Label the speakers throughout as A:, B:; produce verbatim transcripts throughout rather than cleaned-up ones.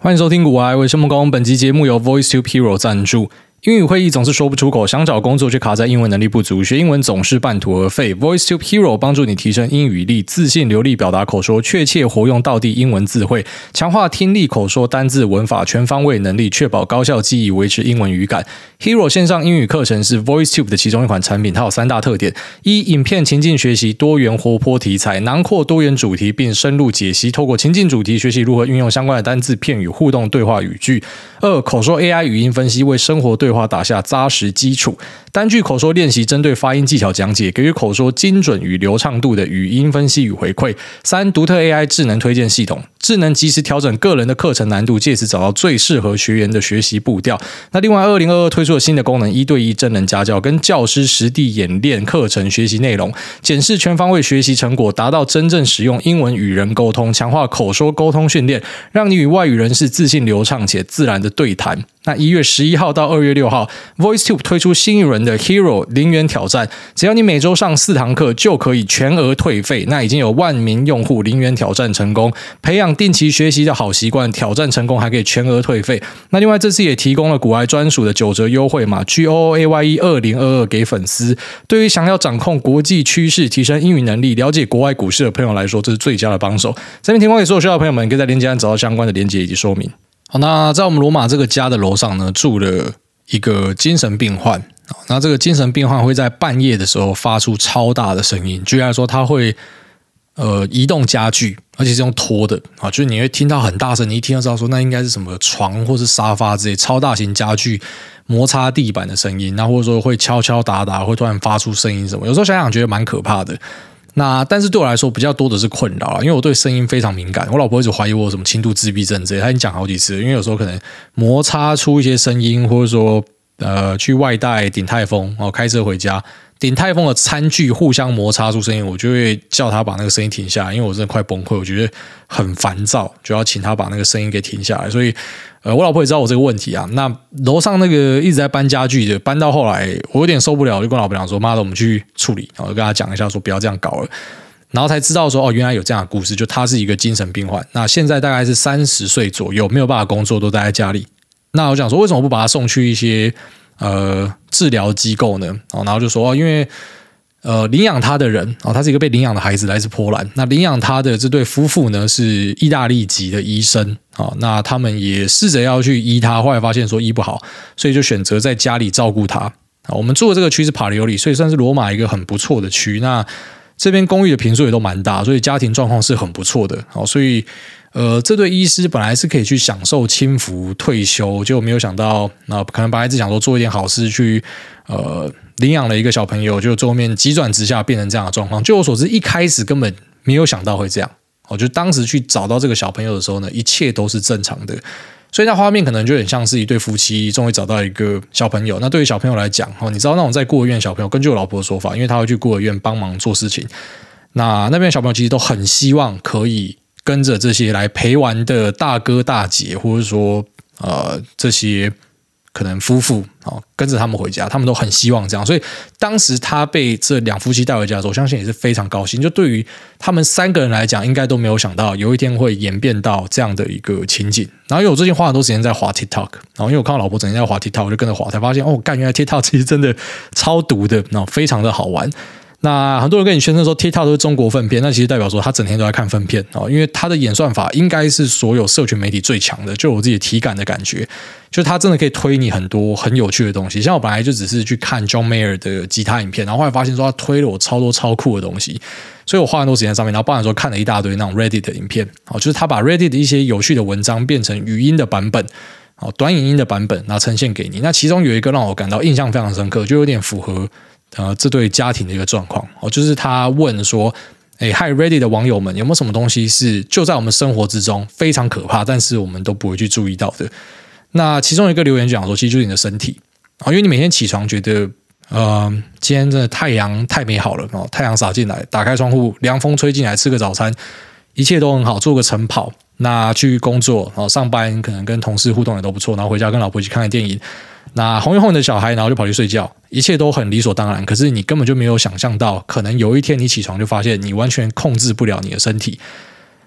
A: 欢迎收听股癌，我是孟工。本集节目由 VoiceTube Hero 赞助。英语会议总是说不出口，想找工作却卡在英文能力不足，学英文总是半途而废。VoiceTube Hero 帮助你提升英语力，自信流利表达口说，确切活用道地英文字汇，强化听力口说单字文法全方位能力，确保高效记忆，维持英文语感。Hero 线上英语课程是 VoiceTube 的其中一款产品，它有三大特点：一、影片情境学习，多元活泼题材，囊括多元主题并深入解析，透过情境主题学习如何运用相关的单字片语互动对话语句。二、口说 A I 语音分析，为生活对话打下扎实基础。单句口说练习针对发音技巧讲解，给予口说精准与流畅度的语音分析与回馈。三、独特 A I 智能推荐系统，智能及时调整个人的课程难度，借此找到最适合学员的学习步调。那另外二零二二推出了新的功能，一对一真人家教，跟教师实地演练课程学习内容，检视全方位学习成果，达到真正使用英文与人沟通，强化口说沟通训练，让你与外语人士自信流畅且自然的对谈。那一月十一号到二月六号 VoiceTube 推出新一轮的 Hero 零元挑战，只要你每周上四堂课就可以全额退费。那已经有万名用户零元挑战成功，培养定期学习的好习惯，挑战成功还可以全额退费。那另外这次也提供了股癌专属的九折优惠码 G O O A Y E 二零二二 给粉丝。对于想要掌控国际趋势、提升英语能力、了解国外股市的朋友来说，这是最佳的帮手。这边提供给所有需要的朋友们，可以在链接栏找到相关的链接以及说明。好，那在我们罗马这个家的楼上呢，住了一个精神病患。那这个精神病患会在半夜的时候发出超大的声音，举例来说，他会呃移动家具，而且是用拖的啊，就是你会听到很大声，你一听就知道说那应该是什么床或是沙发之类超大型家具摩擦地板的声音，那或者说会敲敲打打，会突然发出声音什么，有时候想想觉得蛮可怕的。那但是对我来说比较多的是困扰啦，因为我对声音非常敏感，我老婆一直怀疑我有什么轻度自闭症之类，她已经讲好几次了，因为有时候可能摩擦出一些声音，或者说呃去外带顶泰丰哦，开车回家顶泰丰的餐具互相摩擦出声音，我就会叫他把那个声音停下来，因为我真的快崩溃，我觉得很烦躁，就要请他把那个声音给停下来。所以呃，我老婆也知道我这个问题啊。那楼上那个一直在搬家具的，搬到后来我有点受不了，我就跟老婆讲说：“妈的，我们去处理。”然后就跟他讲一下说不要这样搞了。然后才知道说哦，原来有这样的故事，就他是一个精神病患，那现在大概是三十岁左右，没有办法工作，都待在家里。那我讲说为什么不把他送去一些呃治疗机构呢？哦，然后就说哦，因为呃领养他的人哦，他是一个被领养的孩子，来自波兰。那领养他的这对夫妇呢是意大利籍的医生哦，那他们也试着要去医他，后来发现说医不好，所以就选择在家里照顾他。我们住的这个区是帕里欧里，所以算是罗马一个很不错的区。那这边公寓的坪数也都蛮大，所以家庭状况是很不错的。好，所以呃，这对医师本来是可以去享受轻浮退休，结果没有想到，那可能本来只想说做一点好事去呃领养了一个小朋友，就最后面急转直下变成这样的状况。据我所知，一开始根本没有想到会这样。我就当时去找到这个小朋友的时候呢，一切都是正常的。所以那画面可能就很像是一对夫妻终于找到一个小朋友。那对于小朋友来讲，你知道那种在孤儿院小朋友，根据我老婆的说法，因为他会去孤儿院帮忙做事情，那那边小朋友其实都很希望可以跟着这些来陪玩的大哥大姐，或者说呃这些可能夫妇哦，跟着他们回家，他们都很希望这样。所以当时他被这两夫妻带回家的时候，我相信也是非常高兴。就对于他们三个人来讲，应该都没有想到有一天会演变到这样的一个情景。然后因为我最近花很多时间在滑 TikTok， 然后因为我看到老婆整天在滑 TikTok， 我就跟着滑，才发现哦，干，原来 TikTok 其实真的超毒的，然后非常的好玩。那很多人跟你宣称说 TikTok 都是中国粪片，那其实代表说他整天都在看粪片，因为他的演算法应该是所有社群媒体最强的，就我自己的体感的感觉，就他真的可以推你很多很有趣的东西。像我本来就只是去看 John Mayer 的吉他影片，然后后来发现说他推了我超多超酷的东西，所以我花很多时间在上面，然后包含说看了一大堆那种 Reddit 的影片，就是他把 Reddit 的一些有趣的文章变成语音的版本，短影音的版本，然后呈现给你。那其中有一个让我感到印象非常深刻，就有点符合呃，这对家庭的一个状况哦，就是他问说：“哎 ，Hi Reddit 的网友们，有没有什么东西是就在我们生活之中非常可怕，但是我们都不会去注意到的？”那其中一个留言就讲说，其实就是你的身体啊，因为你每天起床觉得，呃，今天真的太阳太美好了哦，太阳洒进来，打开窗户，凉风吹进来，吃个早餐，一切都很好，做个晨跑，那去工作，然后上班可能跟同事互动也都不错，然后回家跟老婆一起看看电影。那哄一哄你的小孩，然后就跑去睡觉，一切都很理所当然。可是你根本就没有想象到，可能有一天你起床就发现你完全控制不了你的身体。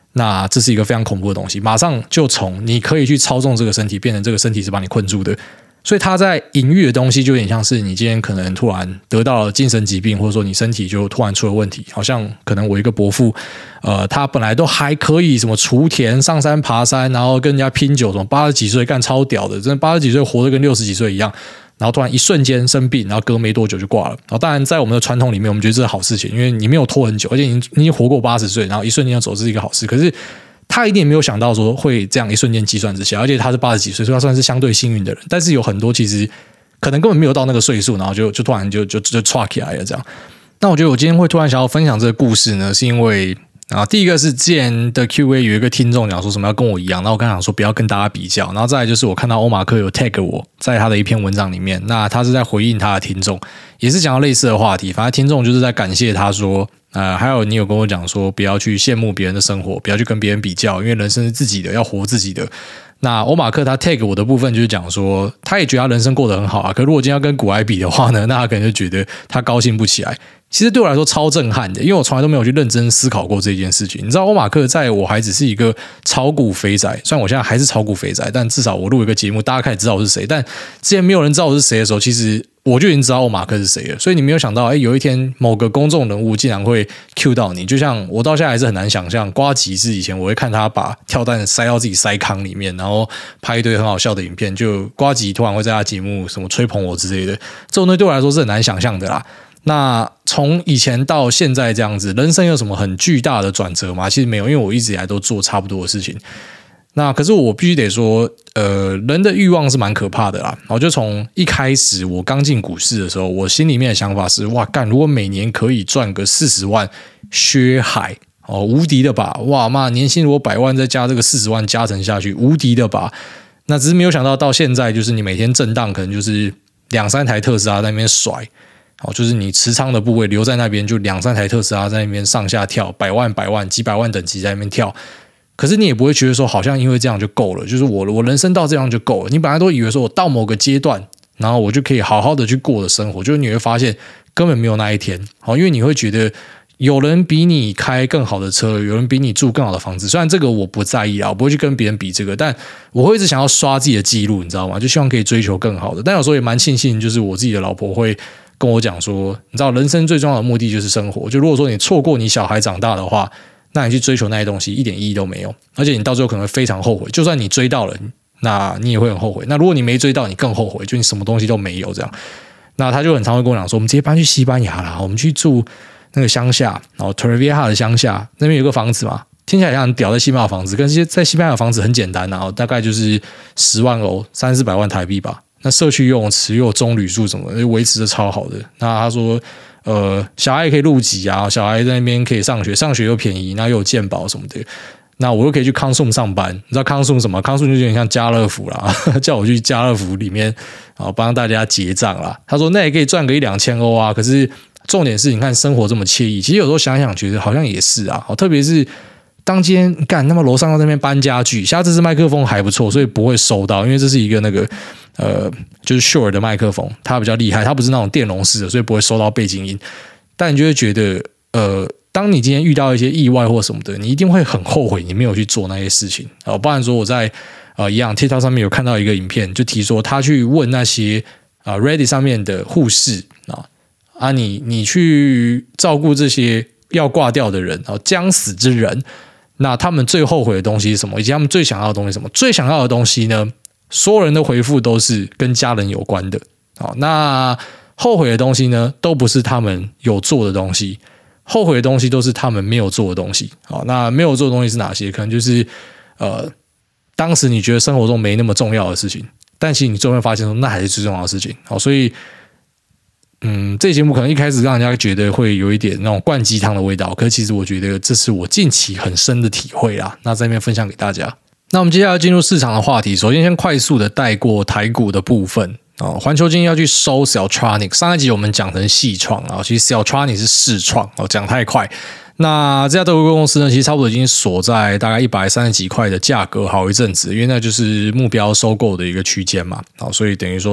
A: 那这是一个非常恐怖的东西，马上就从你可以去操纵这个身体，变成这个身体是把你困住的。所以他在隐喻的东西就有点像是你今天可能突然得到了精神疾病，或者说你身体就突然出了问题，好像可能我一个伯父呃，他本来都还可以什么锄田上山爬山，然后跟人家拼酒，什么八十几岁干超屌的，真的八十几岁活得跟六十几岁一样，然后突然一瞬间生病，然后隔没多久就挂了。然后当然在我们的传统里面我们觉得这是好事情，因为你没有拖很久，而且你你已经活过八十岁，然后一瞬间要走是一个好事。可是他一定也没有想到说会这样一瞬间计算之下，而且他是八十几岁，所以他算是相对幸运的人。但是有很多其实可能根本没有到那个岁数，然后就就突然就就就岔起来了这样。那我觉得我今天会突然想要分享这个故事呢，是因为啊，第一个是之前的 Q A 有一个听众讲说什么要跟我一样，那我刚想说不要跟大家比较，然后再来就是我看到欧马克有 tag 我在他的一篇文章里面，那他是在回应他的听众，也是讲到类似的话题，反正听众就是在感谢他说。呃，还有你有跟我讲说不要去羡慕别人的生活，不要去跟别人比较，因为人生是自己的，要活自己的。那欧马克他 tag 我的部分就是讲说，他也觉得他人生过得很好啊，可如果今天要跟古埃比的话呢，那他可能就觉得他高兴不起来。其实对我来说超震撼的，因为我从来都没有去认真思考过这件事情。你知道欧马克在我还只是一个炒股肥宅，虽然我现在还是炒股肥宅，但至少我录一个节目，大家开始知道我是谁。但之前没有人知道我是谁的时候，其实我就已经知道欧马克是谁了。所以你没有想到，哎，有一天某个公众人物竟然会 cue 到你，就像我到现在还是很难想象，呱吉是以前我会看他把跳蛋塞到自己塞康里面，然后拍一堆很好笑的影片，就呱吉突然会在他节目什么吹捧我之类的，这种东西对我来说是很难想象的啦。那从以前到现在这样子，人生有什么很巨大的转折吗？其实没有，因为我一直以来都做差不多的事情。那可是我必须得说，呃，人的欲望是蛮可怕的啦。然后就从一开始我刚进股市的时候，我心里面的想法是，哇干，如果每年可以赚个四十万，薛海哦，无敌的吧？哇妈，年薪如果百万再加这个四十万加成下去，无敌的吧？那只是没有想到到现在，就是你每天震荡，可能就是两三台特斯拉在那边甩。哦，就是你持仓的部位留在那边，就两三台特斯拉在那边上下跳，百万、百万、几百万等级在那边跳。可是你也不会觉得说，好像因为这样就够了，就是我我人生到这样就够了。你本来都以为说我到某个阶段，然后我就可以好好的去过我的生活，就是你会发现根本没有那一天。好，因为你会觉得有人比你开更好的车，有人比你住更好的房子。虽然这个我不在意啊，我不会去跟别人比这个，但我会一直想要刷自己的记录，你知道吗？就希望可以追求更好的。但有时候也蛮庆幸，就是我自己的老婆会跟我讲说，你知道人生最重要的目的就是生活，就如果说你错过你小孩长大的话，那你去追求那些东西一点意义都没有，而且你到最后可能会非常后悔。就算你追到了，那你也会很后悔。那如果你没追到，你更后悔，就你什么东西都没有这样。那他就很常会跟我讲说，我们直接搬去西班牙啦，我们去住那个乡下，然后 Torrevieja 的乡下那边有个房子嘛，听起来像很屌，在西班牙的房子，跟在西班牙的房子很简单，然后大概就是十万欧，三四百万台币吧。那社区游泳池又有棕榈树什么的，维持的超好的。那他说，呃，小孩也可以入籍啊，小孩在那边可以上学，上学又便宜，然后又有健保什么的。那我又可以去康颂上班，你知道康颂什么？康颂就有点像家乐福啦，叫我去家乐福里面啊帮大家结账啦。他说那也可以赚个一两千欧啊。可是重点是，你看生活这么惬意，其实有时候想想觉得好像也是啊。特别是当今天干那么楼上在那边搬家具，现在这支麦克风还不错，所以不会收到，因为这是一个那个呃就是 Shure 的麦克风，它比较厉害，它不是那种电容式的，所以不会收到背景音。但你就会觉得呃。当你今天遇到一些意外或什么的，你一定会很后悔你没有去做那些事情啊！不然说我在呃一样 TikTok 上面有看到一个影片，就提说他去问那些啊 Reddit 上面的护士啊啊你你去照顾这些要挂掉的人啊将死之人，那他们最后悔的东西是什么？以及他们最想要的东西是什么？最想要的东西呢？所有人的回复都是跟家人有关的啊。那后悔的东西呢，都不是他们有做的东西。后悔的东西都是他们没有做的东西。好，那没有做的东西是哪些？可能就是呃，当时你觉得生活中没那么重要的事情，但其实你最后会发现说，那还是最重要的事情。好，所以嗯，这节目可能一开始让人家觉得会有一点那种灌鸡汤的味道，可是其实我觉得这是我近期很深的体会啦。那在那边分享给大家。那我们接下来进入市场的话题，首先先快速的带过台股的部分。哦，环球金要去收 Celltronics， 上一集我们讲成细创啊，其实 Celltronics 是视创哦，讲太快。那这家德国公司呢，其实差不多已经锁在大概一百三十几块的价格好一阵子，因为那就是目标收购的一个区间嘛，哦，所以等于说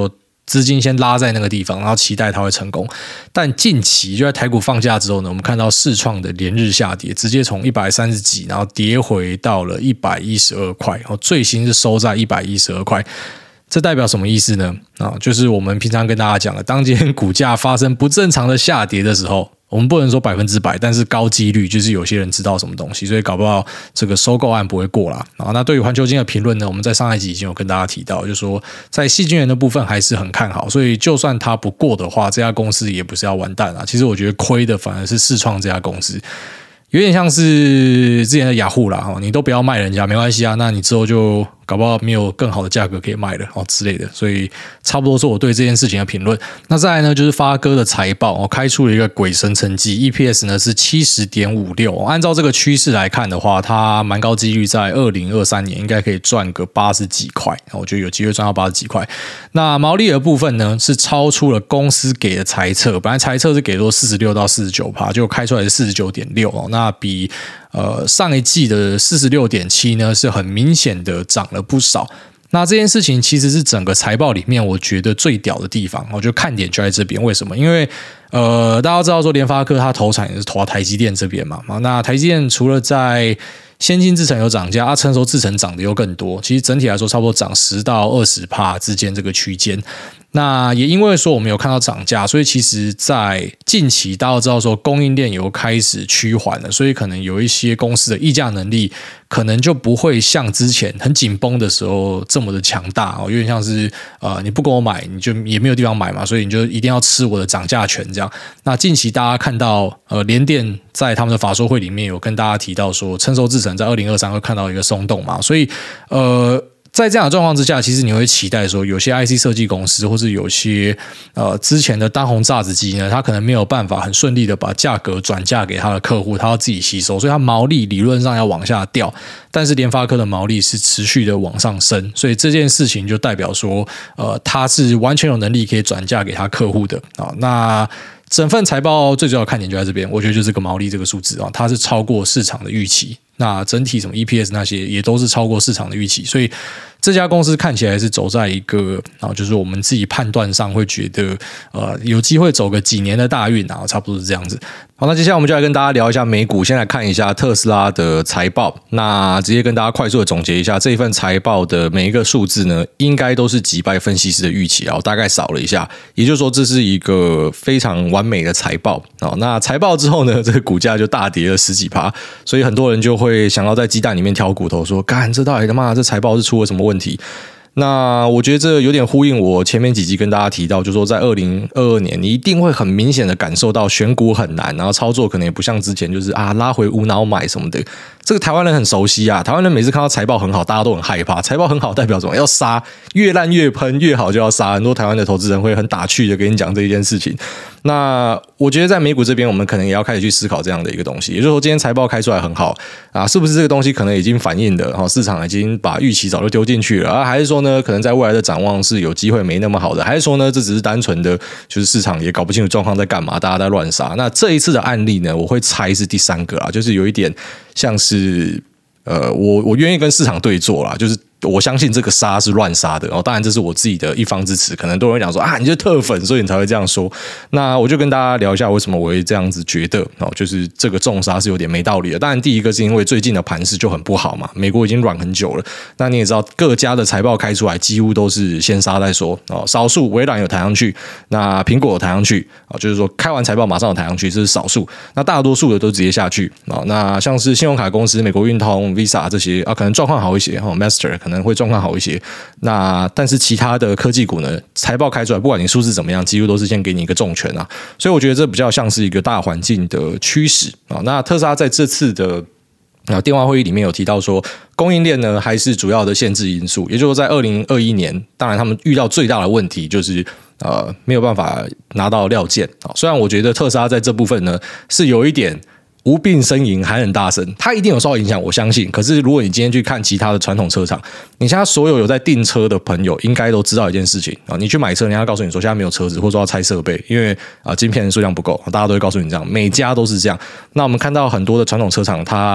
A: 资金先拉在那个地方，然后期待它会成功。但近期就在台股放假之后呢，我们看到世创的连日下跌，直接从一百三十几，然后跌回到了一百一十二块，最新是收在一百一十二块。这代表什么意思呢？啊，就是我们平常跟大家讲的，当今天股价发生不正常的下跌的时候，我们不能说百分之百，但是高几率就是有些人知道什么东西，所以搞不好这个收购案不会过啦。啊，那对于环球晶的评论呢，我们在上一集已经有跟大家提到，就是说在矽晶圆的部分还是很看好，所以就算它不过的话，这家公司也不是要完蛋啊。其实我觉得亏的反而是世创这家公司。有点像是之前的雅虎啦，你都不要卖人家没关系啊，那你之后就搞不好没有更好的价格可以卖了哦之类的，所以差不多是我对这件事情的评论。那再来呢，就是发哥的财报哦，开出了一个鬼神成绩 ，E P S 呢是 七十点五六， 按照这个趋势来看的话，它蛮高几率在二零二三年应该可以赚个八十几块，我觉得有机会赚到八十几块。那毛利的部分呢，是超出了公司给的财测，本来财测是给说 四十六到四十九%，结果开出来是 四十九点六， 哦，那比呃上一季的 四十六点七 呢是很明显的涨了不少。那这件事情其实是整个财报里面我觉得最屌的地方，我觉得看点就在这边。为什么？因为呃大家都知道说联发科它投产也是投到台积电这边嘛，那台积电除了在先进制程有涨价，啊，成熟制程涨的又更多，其实整体来说差不多涨 百分之十到二十 之间这个区间。那也因为说我们有看到涨价，所以其实在近期大家都知道说供应链有开始趋缓了，所以可能有一些公司的议价能力可能就不会像之前很紧绷的时候这么的强大，有点像是呃你不跟我买你就也没有地方买嘛，所以你就一定要吃我的涨价权这样。那近期大家看到呃联电在他们的法说会里面有跟大家提到说成熟制程在二零二三会看到一个松动嘛，所以呃在这样的状况之下，其实你会期待说有些 I C 设计公司或是有些呃之前的当红炸子鸡呢，它可能没有办法很顺利的把价格转嫁给他的客户，他要自己吸收，所以它毛利理论上要往下掉，但是联发科的毛利是持续的往上升，所以这件事情就代表说呃它是完全有能力可以转嫁给他客户的啊。那整份财报最主要的看点就在这边，我觉得就是这个毛利这个数字啊，它是超过市场的预期。那整体什么 E P S 那些也都是超过市场的预期，所以这家公司看起来是走在一个啊，就是我们自己判断上会觉得呃有机会走个几年的大运啊，差不多是这样子。好，那接下来我们就来跟大家聊一下美股，先来看一下特斯拉的财报。那直接跟大家快速的总结一下这一份财报的每一个数字呢，应该都是击败分析师的预期，然后大概扫了一下，也就是说这是一个非常完美的财报。那财报之后呢，这个股价就大跌了十几%，所以很多人就会想要在鸡蛋里面挑骨头，说干这到底他妈这财报是出了什么问题？那我觉得这有点呼应我前面几集跟大家提到，就是说在二零二二年你一定会很明显的感受到选股很难，然后操作可能也不像之前就是啊拉回无脑买什么的。这个台湾人很熟悉啊，台湾人每次看到财报很好大家都很害怕，财报很好代表什么？要杀，越烂越喷，越好就要杀，很多台湾的投资人会很打趣的跟你讲这一件事情。那我觉得在美股这边我们可能也要开始去思考这样的一个东西，也就是说今天财报开出来很好啊，是不是这个东西可能已经反映的市场已经把预期早就丢进去了啊？还是说呢可能在未来的展望是有机会没那么好的？还是说呢这只是单纯的就是市场也搞不清楚状况在干嘛，大家在乱杀？那这一次的案例呢，我会猜是第三个啊，就是有一点像是呃，我我愿意跟市场对坐啦，就是我相信这个杀是乱杀的，然后当然这是我自己的一方之词，可能都会讲说啊，你是特粉，所以你才会这样说。那我就跟大家聊一下为什么我会这样子觉得，哦，就是这个重杀是有点没道理的。当然第一个是因为最近的盘势就很不好嘛，美国已经软很久了。那你也知道各家的财报开出来几乎都是先杀再说，哦，少数微软有抬上去，那苹果有抬上去，哦，就是说开完财报马上有抬上去，这是少数。那大多数的都直接下去，哦，那像是信用卡公司美国运通 Visa 这些啊，可能状况好一些，哦 Master 可能会状况好一些。那但是其他的科技股呢，财报开出来不管你数字怎么样，几乎都是先给你一个重拳啊，所以我觉得这比较像是一个大环境的趋势啊。那特斯拉在这次的啊电话会议里面有提到说，供应链呢还是主要的限制因素，也就是说在二零二一年，当然他们遇到最大的问题就是呃没有办法拿到料件啊。虽然我觉得特斯拉在这部分呢是有一点无病呻吟还很大声，它一定有受到影响，我相信。可是如果你今天去看其他的传统车厂，你现在所有有在订车的朋友应该都知道一件事情啊，你去买车，人家告诉你说现在没有车子，或者说要拆设备，因为啊晶片的数量不够，大家都会告诉你这样，每家都是这样。那我们看到很多的传统车厂，它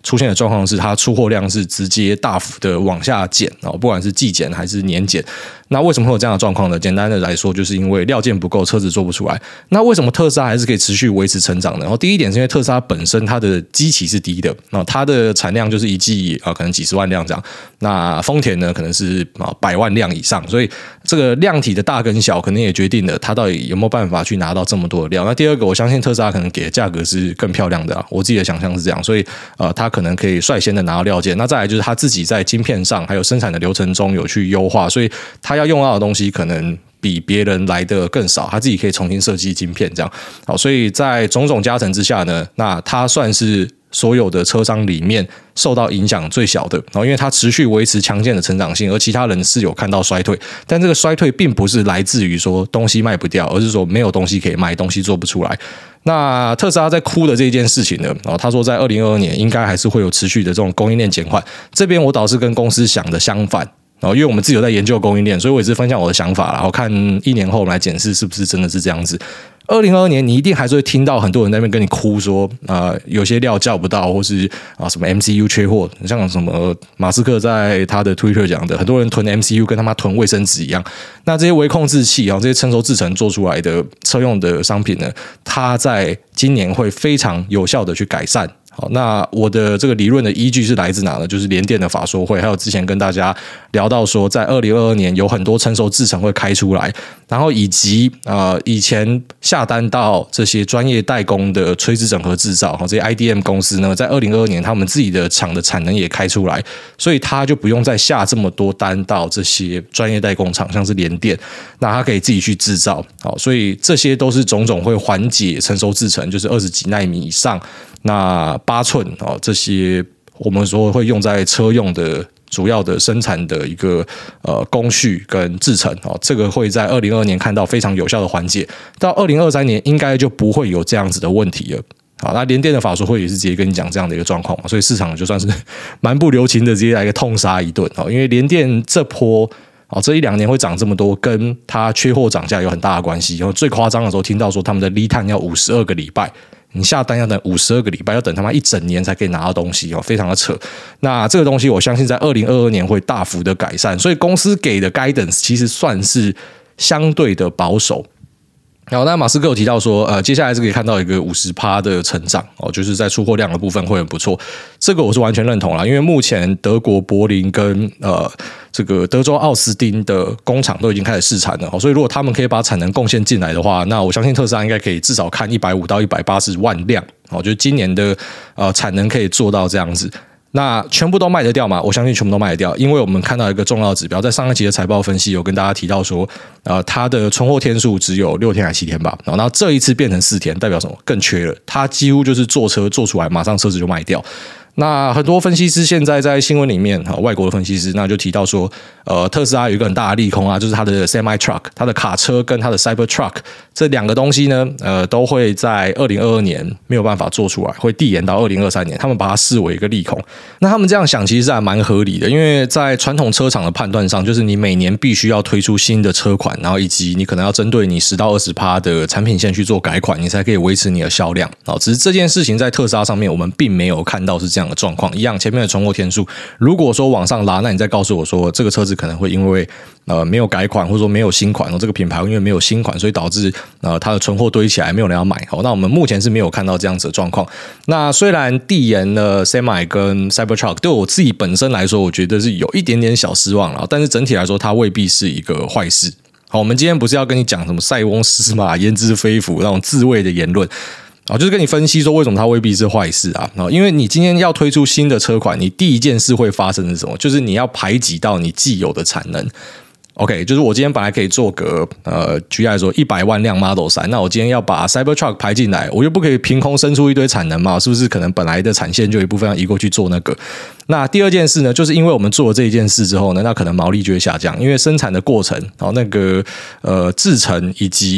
A: 出现的状况是它出货量是直接大幅的往下减，不管是季减还是年减。那为什么会有这样的状况呢？简单的来说，就是因为料件不够，车子做不出来。那为什么特斯拉还是可以持续维持成长呢？然后第一点是因为特斯拉本身它的基期是低的，它的产量就是一季啊可能几十万辆这样。那丰田呢可能是啊百万辆以上，所以这个量体的大跟小可能也决定了它到底有没有办法去拿到这么多的量。那第二个，我相信特斯拉可能给的价格是更漂亮的啊，我自己的想象是这样，所以呃它可能可以率先的拿到料件。那再来就是它自己在晶片上还有生产的流程中有去优化，所以它要用到的东西可能比别人来的更少，他自己可以重新设计晶片这样。好，所以在种种加成之下呢，那它算是所有的车商里面受到影响最小的，因为它持续维持强健的成长性，而其他人是有看到衰退，但这个衰退并不是来自于说东西卖不掉，而是说没有东西可以卖，东西做不出来。那特斯拉在哭的这件事情呢，他说在二零二二年应该还是会有持续的这种供应链减缓，这边我倒是跟公司想的相反。因为我们自己有在研究供应链，所以我也是分享我的想法啦，然后看一年后我们来检视是不是真的是这样子。二零二二年你一定还是会听到很多人在那边跟你哭说，呃，有些料叫不到，或是啊什么 M C U 缺货，像什么马斯克在他的 Twitter 讲的，很多人囤 M C U 跟他妈囤卫生纸一样。那这些微控制器啊，这些成熟制程做出来的车用的商品呢，它在今年会非常有效的去改善。好，那我的这个理论的依据是来自哪呢？就是联电的法说会，还有之前跟大家聊到说，在二零二二年有很多成熟制程会开出来，然后以及呃以前下单到这些专业代工的垂直整合制造，这些 I D M 公司呢，在二零二二年他们自己的厂的产能也开出来，所以他就不用再下这么多单到这些专业代工厂，像是联电，那他可以自己去制造。好，所以这些都是种种会缓解成熟制程，就是二十几纳米以上。那八寸哦，这些我们说会用在车用的主要的生产的一个呃工序跟制程哦，这个会在二零二二年看到非常有效的缓解，到二零二三年应该就不会有这样子的问题了。好，那联电的法说会也是直接跟你讲这样的一个状况嘛，所以市场就算是蛮不留情的，直接来一个痛杀一顿哦，因为联电这波。哦，这一两年会涨这么多，跟它缺货涨价有很大的关系。然后最夸张的时候，听到说他们的 lead time 要五十二个礼拜，你下单要等五十二个礼拜，要等他妈一整年才可以拿到东西哦，非常的扯。那这个东西我相信在二零二二年会大幅的改善，所以公司给的 guidance 其实算是相对的保守。好，那马斯克有提到说，呃，接下来是可以看到一个 百分之五十 的成长哦，就是在出货量的部分会很不错。这个我是完全认同啦，因为目前德国柏林跟呃这个德州奥斯汀的工厂都已经开始试产了，所以如果他们可以把产能贡献进来的话，那我相信特斯拉应该可以至少看一百五到一百八十万辆哦，就是今年的呃产能可以做到这样子。那全部都卖得掉吗？我相信全部都卖得掉，因为我们看到一个重要的指标，在上一期的财报分析有跟大家提到说，呃，它的存货天数只有六天还七天吧，然后这一次变成四天，代表什么？更缺了，它几乎就是做车做出来，马上车子就卖掉。那很多分析师现在在新闻里面，外国的分析师那就提到说，呃，特斯拉有一个很大的利空啊，就是它的 semi truck， 它的卡车跟它的 cyber truck 这两个东西呢，呃，都会在二零二二年没有办法做出来，会递延到二零二三年，他们把它视为一个利空。那他们这样想其实还蛮合理的，因为在传统车厂的判断上，就是你每年必须要推出新的车款，然后以及你可能要针对你十到二十趴的产品线去做改款，你才可以维持你的销量。只是这件事情在特斯拉上面，我们并没有看到是这样的状况。一样，前面的存货天数，如果说往上拉，那你再告诉我说，这个车子可能会因为呃没有改款，或者说没有新款，这个品牌因为没有新款，所以导致呃它的存货堆起来，没有人要买。好，那我们目前是没有看到这样子的状况。那虽然递延了 Semi 跟 Cybertruck， 对我自己本身来说，我觉得是有一点点小失望了，但是整体来说，它未必是一个坏事。好，我们今天不是要跟你讲什么塞翁失马焉知非福那种自卫的言论。啊，就是跟你分析说为什么它未必是坏事啊！因为你今天要推出新的车款，你第一件事会发生的是什么？就是你要排挤到你既有的产能。OK， 就是我今天本来可以做个呃，举例来说一百万辆 Model 三，那我今天要把 Cybertruck 排进来，我又不可以凭空生出一堆产能嘛？是不是可能本来的产线就有一部分要移过去做那个？那第二件事呢，就是因为我们做了这一件事之后呢，那可能毛利就会下降，因为生产的过程，然后那个呃制程以及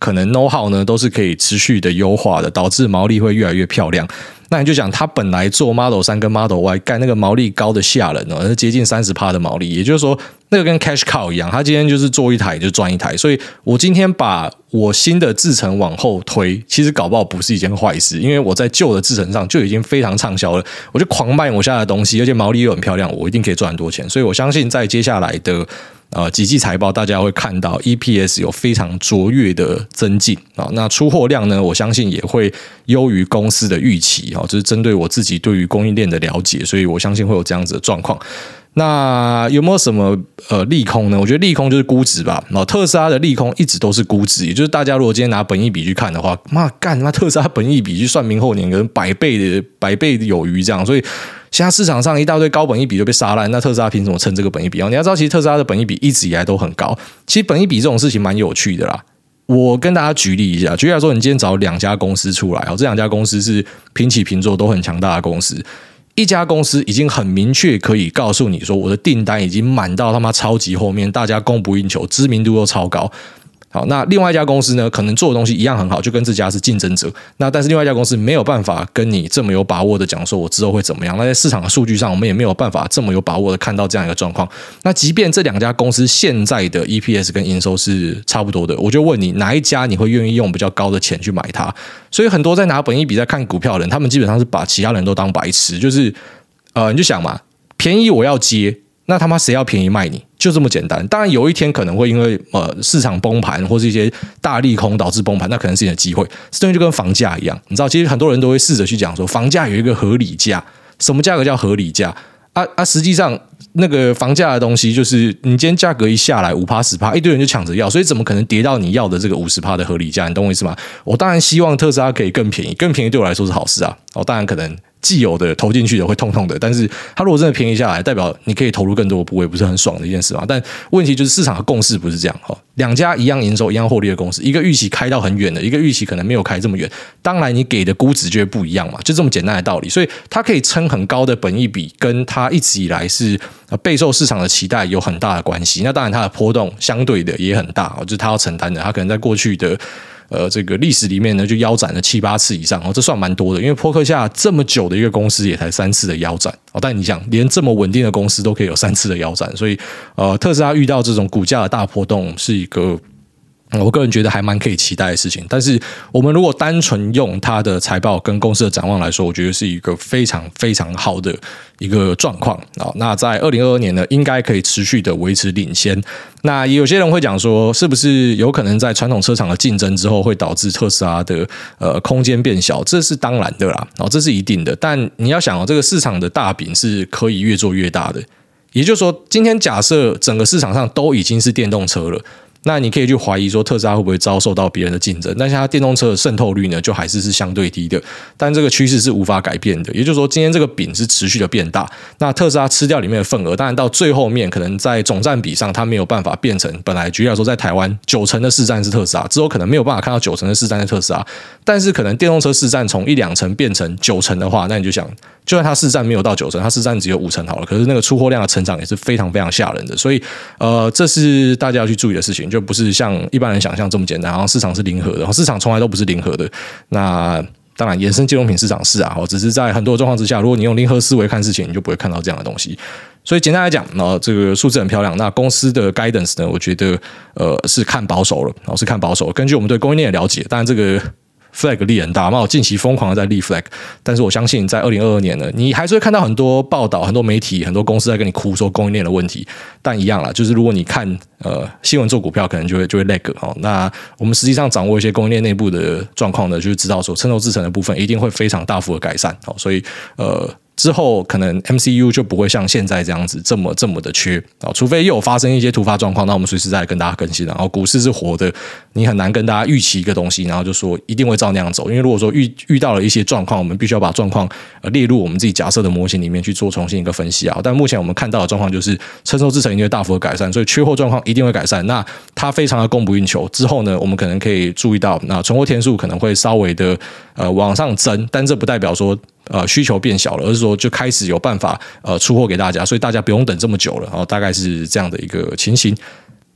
A: 可能 know how 呢都是可以持续的优化的，导致毛利会越来越漂亮。那你就讲他本来做 Model 三跟 Model Y 干那个毛利高的吓人哦，接近 百分之三十 的毛利，也就是说那个跟 cash cow 一样，他今天就是做一台就赚一台，所以我今天把我新的制程往后推，其实搞不好不是一件坏事，因为我在旧的制程上就已经非常畅销了，我就狂卖我下的东西，而且毛利又很漂亮，我一定可以赚很多钱，所以我相信在接下来的呃，几季财报大家会看到 E P S 有非常卓越的增进啊。那出货量呢，我相信也会优于公司的预期啊，这是针对我自己对于供应链的了解，所以我相信会有这样子的状况。那有没有什么呃利空呢？我觉得利空就是估值吧。然后特斯拉的利空一直都是估值，也就是大家如果今天拿本益比去看的话，妈干妈特斯拉本益比去算明后年跟百倍的百倍有余这样，所以现在市场上一大堆高本益比就被杀烂，那特斯拉凭什么撑这个本益比？你要知道，其实特斯拉的本益比一直以来都很高。其实本益比这种事情蛮有趣的啦。我跟大家举例一下，举例来说，你今天找两家公司出来，这两家公司是平起平坐都很强大的公司。一家公司已经很明确可以告诉你说，我的订单已经满到他妈超级后面，大家供不应求，知名度又超高。好，那另外一家公司呢，可能做的东西一样很好，就跟这家是竞争者。那但是另外一家公司没有办法跟你这么有把握的讲说，我之后会怎么样。那在市场的数据上，我们也没有办法这么有把握的看到这样一个状况。那即便这两家公司现在的 E P S 跟营收是差不多的，我就问你，哪一家你会愿意用比较高的钱去买它？所以很多在拿本益比在看股票的人，他们基本上是把其他人都当白痴，就是呃，你就想嘛，便宜我要接。那他妈谁要便宜卖你？就这么简单。当然有一天可能会因为呃市场崩盘或是一些大利空导致崩盘，那可能是你的机会。这东西就跟房价一样，你知道，其实很多人都会试着去讲说，房价有一个合理价。什么价格叫合理价？啊啊！实际上那个房价的东西，就是你今天价格一下来 百分之五、百分之十， 一堆人就抢着要，所以怎么可能跌到你要的这个 百分之五十 的合理价？你懂我意思吗？我当然希望特斯拉可以更便宜，更便宜对我来说是好事啊。哦，当然可能既有的投进去的会痛痛的，但是它如果真的便宜下来，代表你可以投入更多的部位，不是很爽的一件事嘛？但问题就是市场的共识不是这样哈。两家一样营收、一样获利的公司，一个预期开到很远的，一个预期可能没有开这么远，当然你给的估值就会不一样嘛，就这么简单的道理。所以它可以撑很高的本益比，跟它一直以来是备受市场的期待有很大的关系。那当然它的波动相对的也很大，就是它要承担的，它可能在过去的呃，这个历史里面呢，就腰斩了七八次以上哦，这算蛮多的。因为波克夏这么久的一个公司，也才三次的腰斩哦。但你想，连这么稳定的公司都可以有三次的腰斩，所以呃，特斯拉遇到这种股价的大波动，是一个我个人觉得还蛮可以期待的事情。但是我们如果单纯用它的财报跟公司的展望来说，我觉得是一个非常非常好的一个状况啊。那在二零二二年呢，应该可以持续的维持领先。那也有些人会讲说，是不是有可能在传统车厂的竞争之后，会导致特斯拉的呃空间变小？这是当然的啦，哦，这是一定的。但你要想哦，这个市场的大饼是可以越做越大的。也就是说，今天假设整个市场上都已经是电动车了。那你可以去怀疑说特斯拉会不会遭受到别人的竞争，但是它电动车的渗透率呢，就还是是相对低的，但这个趋势是无法改变的。也就是说，今天这个饼是持续的变大，那特斯拉吃掉里面的份额，当然到最后面可能在总占比上，它没有办法变成本来举例来说，在台湾九成的市占是特斯拉，之后可能没有办法看到九成的市占是特斯拉，但是可能电动车市占从一两成变成九成的话，那你就想，就算它市占没有到九成，它市占只有五成好了，可是那个出货量的成长也是非常非常吓人的，所以呃，这是大家要去注意的事情。就不是像一般人想象这么简单，好像市场是零和的，市场从来都不是零和的。那当然，衍生金融品市场是啊，只是在很多状况之下，如果你用零和思维看事情，你就不会看到这样的东西。所以简单来讲，呃，这个数字很漂亮。那公司的 guidance 呢，我觉得呃是看保守了，是看保守了。根据我们对供应链的了解，当然这个flag 立很大嘛，我近期疯狂的在立 flag， 但是我相信在二零二二年呢，你还是会看到很多报道、很多媒体、很多公司在跟你哭说供应链的问题。但一样啦，就是如果你看呃新闻做股票，可能就会就会 lag 哦。那我们实际上掌握一些供应链内部的状况呢，就是知道说，成熟制程的部分一定会非常大幅的改善哦。所以呃。之后可能 M C U 就不会像现在这样子这么这么的缺啊，除非又有发生一些突发状况，那我们随时再来跟大家更新。然后股市是活的，你很难跟大家预期一个东西，然后就说一定会照那样走。因为如果说遇遇到了一些状况，我们必须要把状况呃列入我们自己假设的模型里面去做重新一个分析啊。但目前我们看到的状况就是成熟制程一定会大幅的改善，所以缺货状况一定会改善。那它非常的供不应求之后呢，我们可能可以注意到，那存货天数可能会稍微的呃往上增，但这不代表说。呃，需求变小了，而是说就开始有办法呃出货给大家，所以大家不用等这么久了，然后大概是这样的一个情形。好，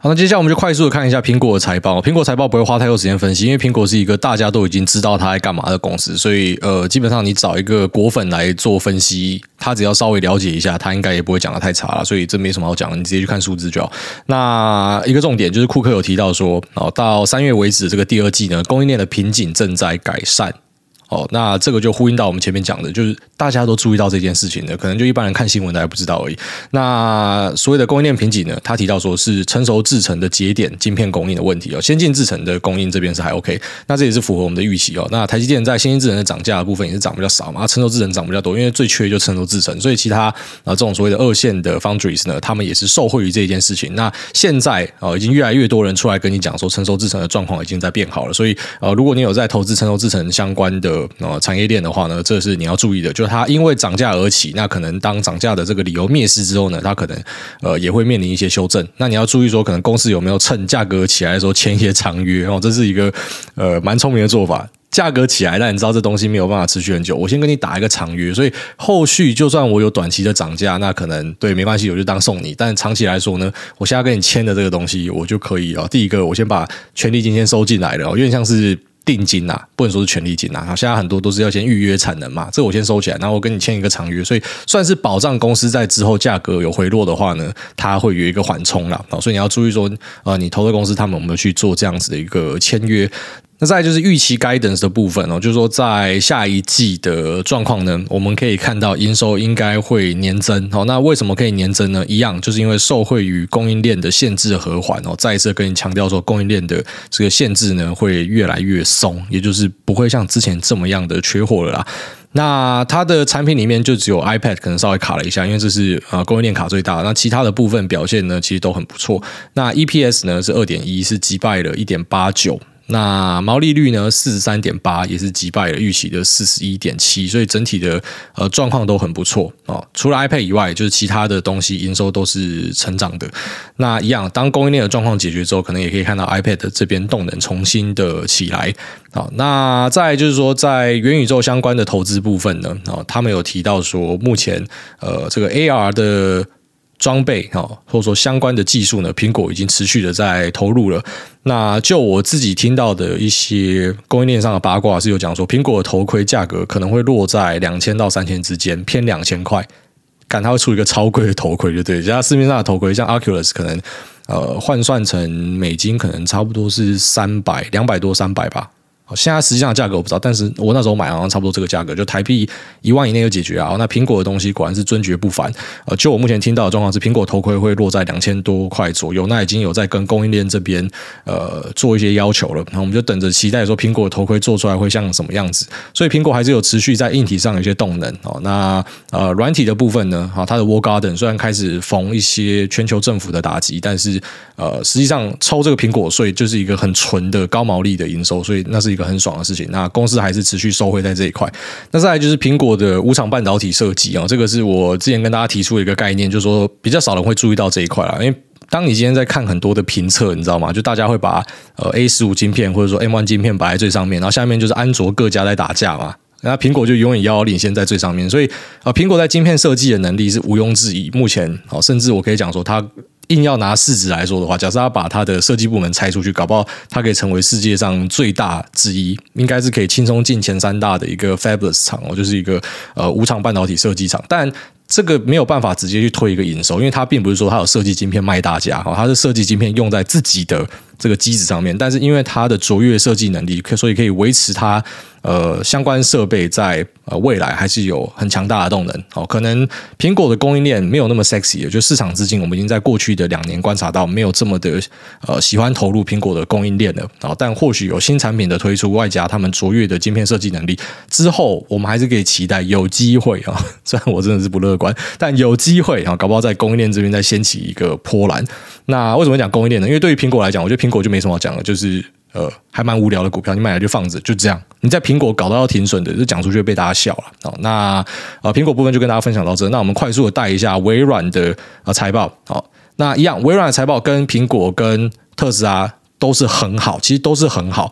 A: 好，那接下来我们就快速的看一下苹果的财报。苹果财报不会花太多时间分析，因为苹果是一个大家都已经知道它在干嘛的公司，所以呃，基本上你找一个果粉来做分析，他只要稍微了解一下，他应该也不会讲得太差了，所以这没什么好讲的，你直接去看数字就好。那一个重点就是库克有提到说，哦，到三月为止这个第二季呢，供应链的瓶颈正在改善。哦，那这个就呼应到我们前面讲的，就是大家都注意到这件事情的，可能就一般人看新闻的还不知道而已。那所谓的供应链瓶颈呢，他提到说是成熟制程的节点晶片供应的问题哦，先进制程的供应这边是还 OK， 那这也是符合我们的预期哦。那台积电在先进制程的涨价的部分也是涨比较少嘛，成熟制程涨比较多，因为最缺就成熟制程，所以其他啊这种所谓的二线的 foundries 呢，他们也是受惠于这一件事情。那现在哦，已经越来越多人出来跟你讲说，成熟制程的状况已经在变好了，所以呃，如果你有在投资成熟制程相关的呃产业链的话呢，这是你要注意的，就是它因为涨价而起，那可能当涨价的这个理由灭失之后呢，它可能呃也会面临一些修正。那你要注意说，可能公司有没有趁价格起来的时候签一些长约哦，这是一个呃蛮聪明的做法。价格起来，但你知道这东西没有办法持续很久，我先跟你打一个长约，所以后续就算我有短期的涨价，那可能对没关系，我就当送你。但长期来说呢，我现在跟你签的这个东西，我就可以哦。第一个，我先把权利金先收进来了，有点像是定金啊，不能说是权利金啊。现在很多都是要先预约产能嘛，这个我先收起来，然后我跟你签一个长约，所以算是保障公司在之后价格有回落的话呢，它会有一个缓冲啦。所以你要注意说，呃，你投的公司他们有没有去做这样子的一个签约。那再来就是预期 guidance 的部分哦，就是说在下一季的状况呢，我们可以看到营收应该会年增哦。那为什么可以年增呢？一样就是因为受惠于供应链的限制和缓哦。再一次跟你强调说，供应链的这个限制呢会越来越松，也就是不会像之前这么样的缺货了啦。那它的产品里面就只有 iPad 可能稍微卡了一下，因为这是呃供应链卡最大的。那其他的部分表现呢，其实都很不错。那 E P S 呢是 二点一， 是击败了 一点八九。那毛利率呢 四十三点八 也是击败了预期的 四十一点七， 所以整体的呃状况都很不错哦。除了 iPad 以外，就是其他的东西营收都是成长的。那一样，当供应链的状况解决之后，可能也可以看到 iPad 这边动能重新的起来。好，那再来就是说，在元宇宙相关的投资部分呢，哦，他们有提到说，目前呃这个 A R 的装备或者说相关的技术呢，苹果已经持续的在投入了。那就我自己听到的一些供应链上的八卦是有讲说，苹果的头盔价格可能会落在两千到三千之间，偏两千块。干它会出一个超贵的头盔，就对。像市面上的头盔，像 Oculus 可能呃换算成美金，可能差不多是三百、两百多、三百吧。现在实际上的价格我不知道，但是我那时候买好像差不多这个价格，就台币一万以内就解决啊。那苹果的东西果然是尊爵不凡。呃，就我目前听到的状况是，苹果头盔会落在两千多块左右，那已经有在跟供应链这边呃做一些要求了。那我们就等着期待说苹果的头盔做出来会像什么样子。所以苹果还是有持续在硬体上有一些动能哦。那呃软体的部分呢，好，它的 Wall Garden 虽然开始逢一些全球政府的打击，但是呃实际上抽这个苹果税就是一个很纯的高毛利的营收，所以那是一个很爽的事情。那公司还是持续收回在这一块。那再来就是苹果的无厂半导体设计啊，这个是我之前跟大家提出的一个概念，就是说比较少人会注意到这一块啦。因为当你今天在看很多的评测，你知道吗？就大家会把呃 A 十五 晶片或者说 M 一 晶片摆在最上面，然后下面就是安卓各家在打架嘛。那苹果就永远遥遥领先在最上面，所以呃，苹果在晶片设计的能力是毋庸置疑。目前哦，甚至我可以讲说它。硬要拿市值来说的话，假设他把他的设计部门拆出去，搞不好他可以成为世界上最大之一，应该是可以轻松进前三大的一个 Fabless 厂哦，就是一个呃无厂半导体设计厂。但这个没有办法直接去推一个营收，因为它并不是说它有设计晶片卖大家，它是设计晶片用在自己的这个机子上面，但是因为它的卓越设计能力，所以可以维持它呃相关设备在呃未来还是有很强大的动能。哦，可能苹果的供应链没有那么 sexy， 就市场资金我们已经在过去的两年观察到没有这么的呃喜欢投入苹果的供应链了。哦，但或许有新产品的推出，外加他们卓越的晶片设计能力之后，我们还是可以期待有机会啊、哦。虽然我真的是不乐观，但有机会啊、哦，搞不好在供应链这边再掀起一个波澜。那为什么讲供应链呢？因为对于苹果来讲，我觉得苹果就没什么好讲的，就是呃还蛮无聊的股票，你买来就放着，就这样。你在苹果搞到要停损的，就讲出去被大家笑了。好，那呃苹果部分就跟大家分享到这。那我们快速的带一下微软的呃财报。好，那一样，微软的财报跟苹果跟特斯拉都是很好，其实都是很好。